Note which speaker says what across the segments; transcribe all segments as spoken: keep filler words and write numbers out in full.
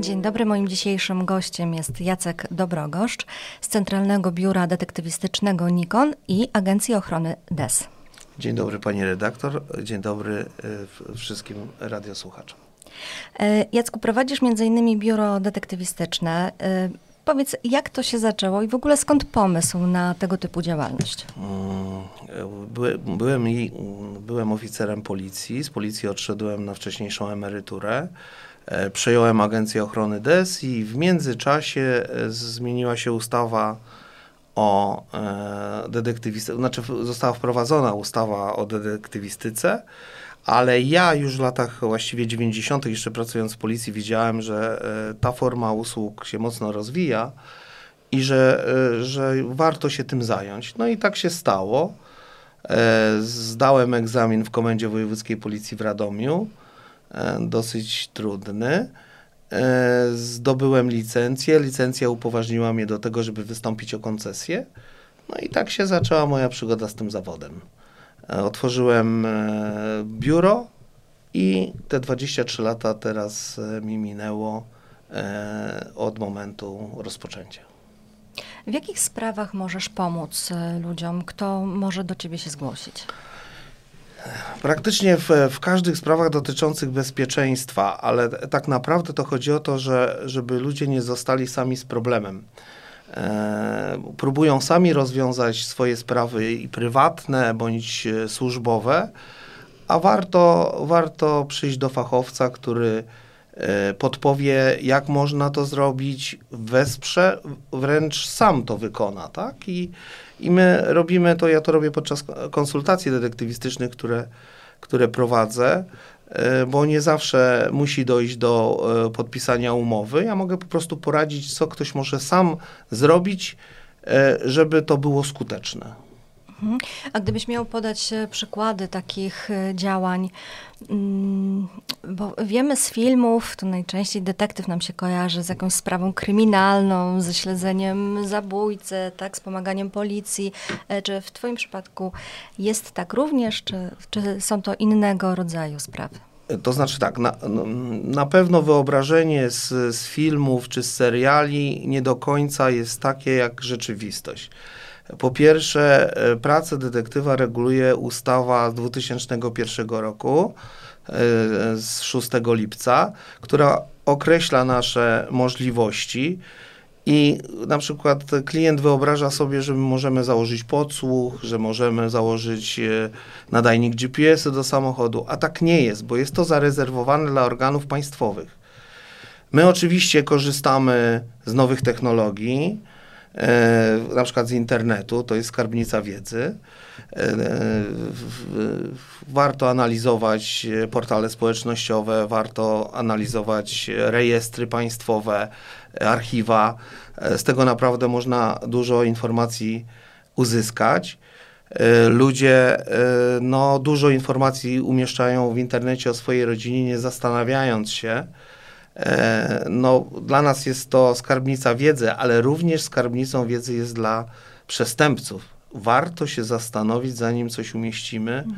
Speaker 1: Dzień dobry, moim dzisiejszym gościem jest Jacek Dobrogoszcz z Centralnego Biura Detektywistycznego Nikon i Agencji Ochrony D E S.
Speaker 2: Dzień dobry pani redaktor, dzień dobry wszystkim radiosłuchaczom.
Speaker 1: Jacku, prowadzisz między innymi biuro detektywistyczne. Powiedz, jak to się zaczęło i w ogóle skąd pomysł na tego typu działalność?
Speaker 2: By, byłem, i, byłem oficerem policji, z policji odszedłem na wcześniejszą emeryturę. Przejąłem Agencję Ochrony D E S i w międzyczasie zmieniła się ustawa o e, detektywistyce, znaczy została wprowadzona ustawa o detektywistyce, ale ja już w latach właściwie dziewięćdziesiątych jeszcze pracując w policji widziałem, że e, ta forma usług się mocno rozwija i że, e, że warto się tym zająć. No i tak się stało. E, zdałem egzamin w Komendzie Wojewódzkiej Policji w Radomiu, e, dosyć trudny. Zdobyłem licencję. Licencja upoważniła mnie do tego, żeby wystąpić o koncesję. No i tak się zaczęła moja przygoda z tym zawodem. Otworzyłem biuro i te dwadzieścia trzy lata teraz mi minęło od momentu rozpoczęcia.
Speaker 1: W jakich sprawach możesz pomóc ludziom? Kto może do ciebie się zgłosić?
Speaker 2: Praktycznie w, w każdych sprawach dotyczących bezpieczeństwa, ale tak naprawdę to chodzi o to, że żeby ludzie nie zostali sami z problemem. E, próbują sami rozwiązać swoje sprawy i prywatne bądź służbowe, a warto, warto przyjść do fachowca, który e, podpowie, jak można to zrobić, wesprze, wręcz sam to wykona, tak? I I my robimy to, ja to robię podczas konsultacji detektywistycznych, które, które prowadzę, bo nie zawsze musi dojść do podpisania umowy. Ja mogę po prostu poradzić, co ktoś może sam zrobić, żeby to było skuteczne.
Speaker 1: A gdybyś miał podać przykłady takich działań, bo wiemy z filmów, to najczęściej detektyw nam się kojarzy z jakąś sprawą kryminalną, ze śledzeniem zabójcy, tak, z pomaganiem policji. Czy w twoim przypadku jest tak również, czy, czy są to innego rodzaju sprawy?
Speaker 2: To znaczy tak, na, na pewno wyobrażenie z, z filmów czy z seriali nie do końca jest takie jak rzeczywistość. Po pierwsze, pracę detektywa reguluje ustawa z dwutysięcznego pierwszego roku, z szóstego lipca, która określa nasze możliwości i na przykład klient wyobraża sobie, że my możemy założyć podsłuch, że możemy założyć nadajnik G P S do samochodu, a tak nie jest, bo jest to zarezerwowane dla organów państwowych. My oczywiście korzystamy z nowych technologii, E, na przykład z internetu, to jest skarbnica wiedzy. E, w, warto analizować portale społecznościowe, warto analizować rejestry państwowe, archiwa. E, z tego naprawdę można dużo informacji uzyskać. E, ludzie e, no, dużo informacji umieszczają w internecie o swojej rodzinie, nie zastanawiając się. No, dla nas jest to skarbnica wiedzy, ale również skarbnicą wiedzy jest dla przestępców. Warto się zastanowić, zanim coś umieścimy, mhm.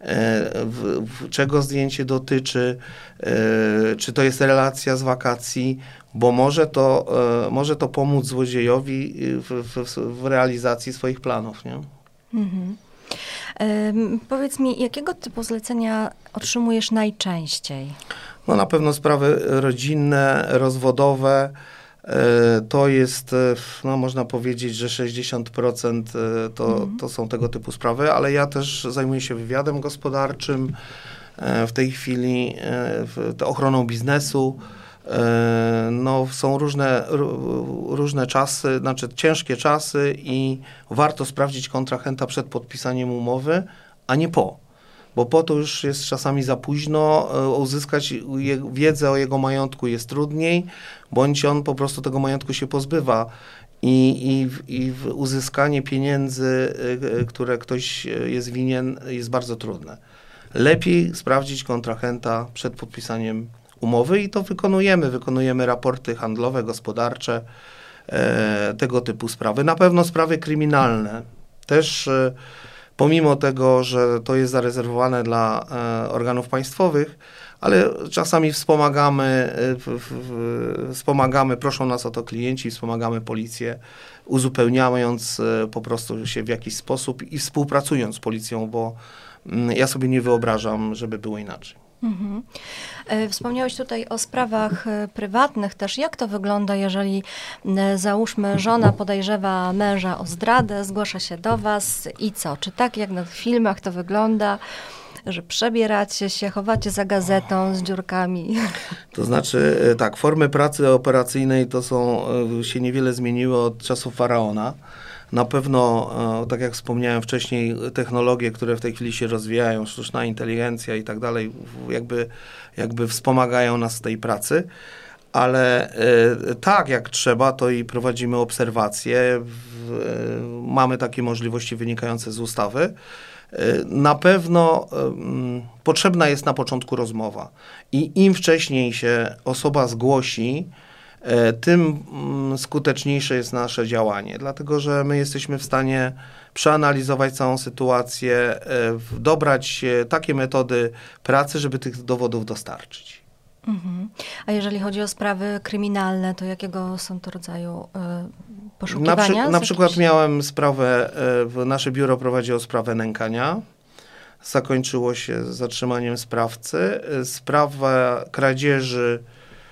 Speaker 2: w, w, czego zdjęcie dotyczy, czy to jest relacja z wakacji, bo może to, może to pomóc złodziejowi w, w, w realizacji swoich planów, nie?
Speaker 1: Mhm. Um, powiedz mi, jakiego typu zlecenia otrzymujesz najczęściej?
Speaker 2: No na pewno sprawy rodzinne, rozwodowe, to jest, no można powiedzieć, że sześćdziesiąt procent to, mm. to są tego typu sprawy, ale ja też zajmuję się wywiadem gospodarczym, w tej chwili ochroną biznesu. No są różne, różne czasy, znaczy ciężkie czasy i warto sprawdzić kontrahenta przed podpisaniem umowy, a nie po. Bo po to już jest czasami za późno, uzyskać wiedzę o jego majątku jest trudniej, bądź on po prostu tego majątku się pozbywa i, i, i uzyskanie pieniędzy, które ktoś jest winien, jest bardzo trudne. Lepiej sprawdzić kontrahenta przed podpisaniem umowy i to wykonujemy. Wykonujemy raporty handlowe, gospodarcze, e, tego typu sprawy. Na pewno sprawy kryminalne. Też e, pomimo tego, że to jest zarezerwowane dla e, organów państwowych, ale czasami wspomagamy, w, w, w, wspomagamy, proszą nas o to klienci, wspomagamy policję, uzupełniając e, po prostu się w jakiś sposób i współpracując z policją, bo m, ja sobie nie wyobrażam, żeby było inaczej.
Speaker 1: Mhm. Wspomniałeś tutaj o sprawach prywatnych też. Jak to wygląda, jeżeli załóżmy żona podejrzewa męża o zdradę, zgłasza się do was i co? Czy tak jak na filmach to wygląda, że przebieracie się, chowacie za gazetą z dziurkami?
Speaker 2: To znaczy tak, formy pracy operacyjnej to są, się niewiele zmieniły od czasów faraona. Na pewno, tak jak wspomniałem wcześniej, technologie, które w tej chwili się rozwijają, sztuczna inteligencja i tak dalej, jakby, jakby wspomagają nas w tej pracy, ale tak jak trzeba, to i prowadzimy obserwacje, mamy takie możliwości wynikające z ustawy. Na pewno potrzebna jest na początku rozmowa i im wcześniej się osoba zgłosi, tym skuteczniejsze jest nasze działanie, dlatego że my jesteśmy w stanie przeanalizować całą sytuację, dobrać takie metody pracy, żeby tych dowodów dostarczyć.
Speaker 1: Mhm. A jeżeli chodzi o sprawy kryminalne, to jakiego są to rodzaju y, poszukiwania?
Speaker 2: Na, przy, na przykład
Speaker 1: jakimś...
Speaker 2: miałem sprawę, y, nasze biuro prowadziło sprawę nękania. Zakończyło się zatrzymaniem sprawcy. Y, sprawa kradzieży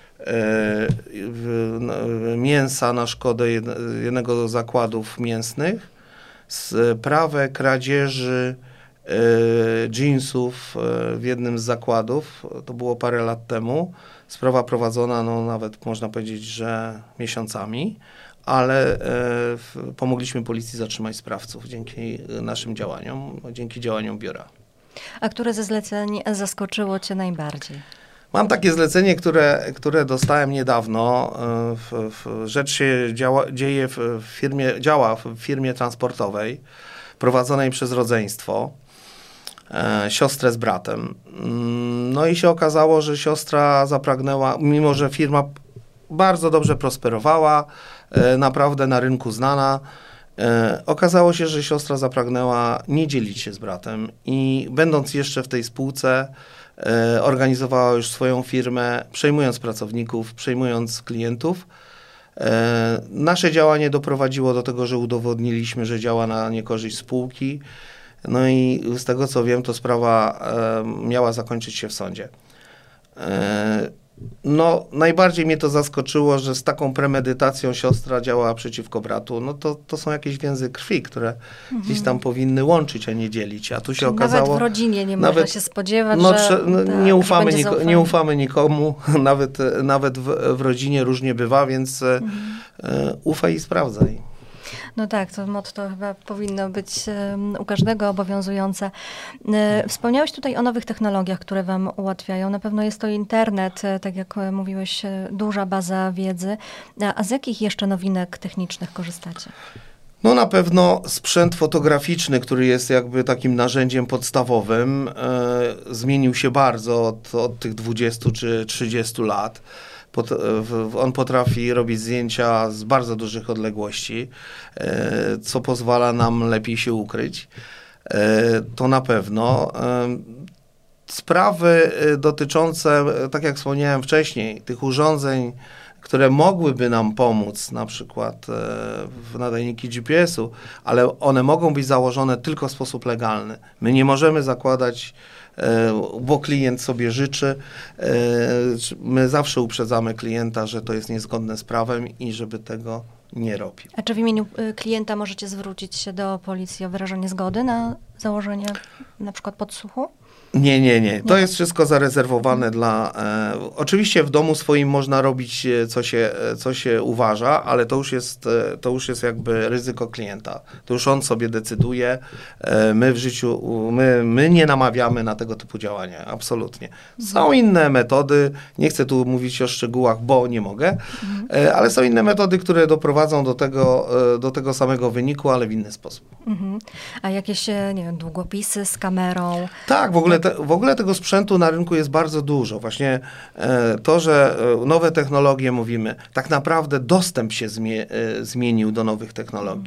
Speaker 2: mięsa na szkodę jednego z zakładów mięsnych, sprawę kradzieży jeansów w jednym z zakładów, to było parę lat temu, sprawa prowadzona, no nawet można powiedzieć, że miesiącami, ale pomogliśmy policji zatrzymać sprawców dzięki naszym działaniom, dzięki działaniom biura.
Speaker 1: A które ze zleceń zaskoczyło cię najbardziej?
Speaker 2: Mam takie zlecenie, które, które dostałem niedawno. W, w, rzecz się działa, dzieje w firmie, działa w firmie transportowej prowadzonej przez rodzeństwo, e, siostrę z bratem. No i się okazało, że siostra zapragnęła, mimo że firma bardzo dobrze prosperowała, e, naprawdę na rynku znana, e, okazało się, że siostra zapragnęła nie dzielić się z bratem i będąc jeszcze w tej spółce, organizowała już swoją firmę, przejmując pracowników, przejmując klientów. Nasze działanie doprowadziło do tego, że udowodniliśmy, że działa na niekorzyść spółki. No i z tego co wiem, to sprawa miała zakończyć się w sądzie. No, najbardziej mnie to zaskoczyło, że z taką premedytacją siostra działała przeciwko bratu. No to, to są jakieś więzy krwi, które mhm. gdzieś tam powinny łączyć, a nie dzielić. A tu się
Speaker 1: Czyli
Speaker 2: okazało...
Speaker 1: Nawet w rodzinie nie
Speaker 2: nawet,
Speaker 1: można się spodziewać,
Speaker 2: no,
Speaker 1: że...
Speaker 2: No,
Speaker 1: tak,
Speaker 2: nie, ufamy
Speaker 1: że
Speaker 2: niko, nie ufamy nikomu, nawet, nawet w, w rodzinie różnie bywa, więc mhm. e, ufaj i sprawdzaj.
Speaker 1: No tak, to motto chyba powinno być um, u każdego obowiązujące. E, wspomniałeś tutaj o nowych technologiach, które wam ułatwiają. Na pewno jest to internet, e, tak jak mówiłeś, e, duża baza wiedzy. A, a z jakich jeszcze nowinek technicznych korzystacie?
Speaker 2: No na pewno sprzęt fotograficzny, który jest jakby takim narzędziem podstawowym, e, zmienił się bardzo od, od tych dwudziestu czy trzydziestu lat. Pot, w, on potrafi robić zdjęcia z bardzo dużych odległości, e, co pozwala nam lepiej się ukryć. E, to na pewno. E, sprawy dotyczące, tak jak wspomniałem wcześniej, tych urządzeń, które mogłyby nam pomóc, na przykład w nadajniki G P S u, ale one mogą być założone tylko w sposób legalny. My nie możemy zakładać, bo klient sobie życzy. My zawsze uprzedzamy klienta, że to jest niezgodne z prawem i żeby tego nie robił.
Speaker 1: A czy w imieniu klienta możecie zwrócić się do policji o wyrażenie zgody na założenie na przykład podsłuchu?
Speaker 2: Nie, nie, nie. To jest wszystko zarezerwowane dla... E, oczywiście w domu swoim można robić, co się, co się uważa, ale to już jest, to już jest jakby ryzyko klienta. To już on sobie decyduje. E, my w życiu, my, my nie namawiamy na tego typu działania. Absolutnie. Są inne metody. Nie chcę tu mówić o szczegółach, bo nie mogę, e, ale są inne metody, które doprowadzą do tego, e, do tego samego wyniku, ale w inny sposób.
Speaker 1: Mhm. A jakieś, nie wiem, długopisy z kamerą?
Speaker 2: Tak, w ogóle, te, w ogóle tego sprzętu na rynku jest bardzo dużo. Właśnie e, to, że e, nowe technologie mówimy, tak naprawdę dostęp się zmie, e, zmienił do nowych technologii.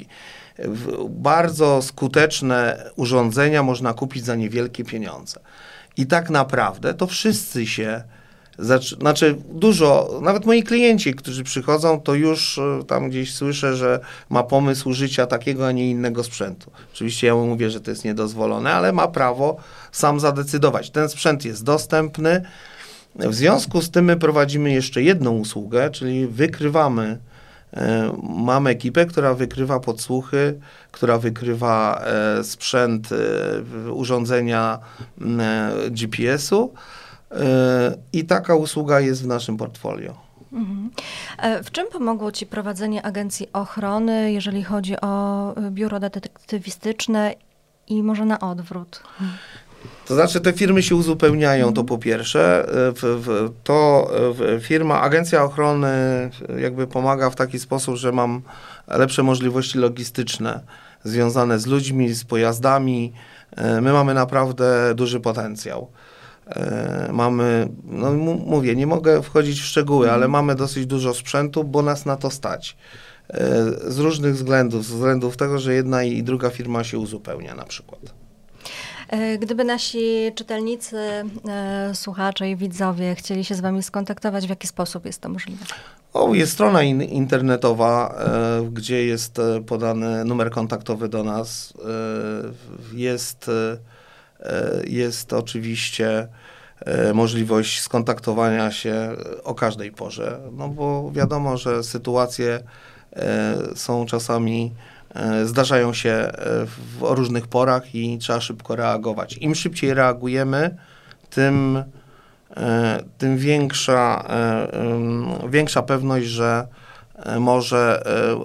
Speaker 2: Bardzo skuteczne urządzenia można kupić za niewielkie pieniądze. I tak naprawdę to wszyscy się, znaczy dużo, nawet moi klienci, którzy przychodzą, to już tam gdzieś słyszę, że ma pomysł życia takiego, a nie innego sprzętu. Oczywiście ja mu mówię, że to jest niedozwolone, ale ma prawo sam zadecydować. Ten sprzęt jest dostępny. W związku z tym my prowadzimy jeszcze jedną usługę, czyli wykrywamy, e, mamy ekipę, która wykrywa podsłuchy, która wykrywa e, sprzęt, e, urządzenia e, G P S-u e, i taka usługa jest w naszym portfolio.
Speaker 1: Mhm. W czym pomogło Ci prowadzenie agencji ochrony, jeżeli chodzi o biuro detektywistyczne i może na odwrót?
Speaker 2: To znaczy te firmy się uzupełniają, to po pierwsze. W, w, to w, firma, agencja ochrony jakby pomaga w taki sposób, że mam lepsze możliwości logistyczne związane z ludźmi, z pojazdami. My mamy naprawdę duży potencjał. Mamy, no mówię, nie mogę wchodzić w szczegóły, ale mamy dosyć dużo sprzętu, bo nas na to stać. Z różnych względów, z względów tego, że jedna i druga firma się uzupełnia na przykład.
Speaker 1: Gdyby nasi czytelnicy, e, słuchacze i widzowie chcieli się z Wami skontaktować, w jaki sposób jest to możliwe?
Speaker 2: O, jest strona in, internetowa, e, gdzie jest podany numer kontaktowy do nas. E, jest, e, jest oczywiście e, możliwość skontaktowania się o każdej porze, no bo wiadomo, że sytuacje e, są czasami zdarzają się w, o różnych porach i trzeba szybko reagować. Im szybciej reagujemy, tym, tym większa, większa pewność, że może,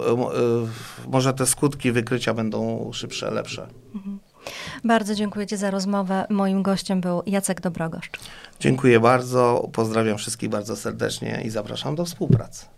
Speaker 2: może te skutki wykrycia będą szybsze, lepsze.
Speaker 1: Mhm. Bardzo dziękuję Ci za rozmowę. Moim gościem był Jacek Dobrogoszcz.
Speaker 2: Dziękuję bardzo, pozdrawiam wszystkich bardzo serdecznie i zapraszam do współpracy.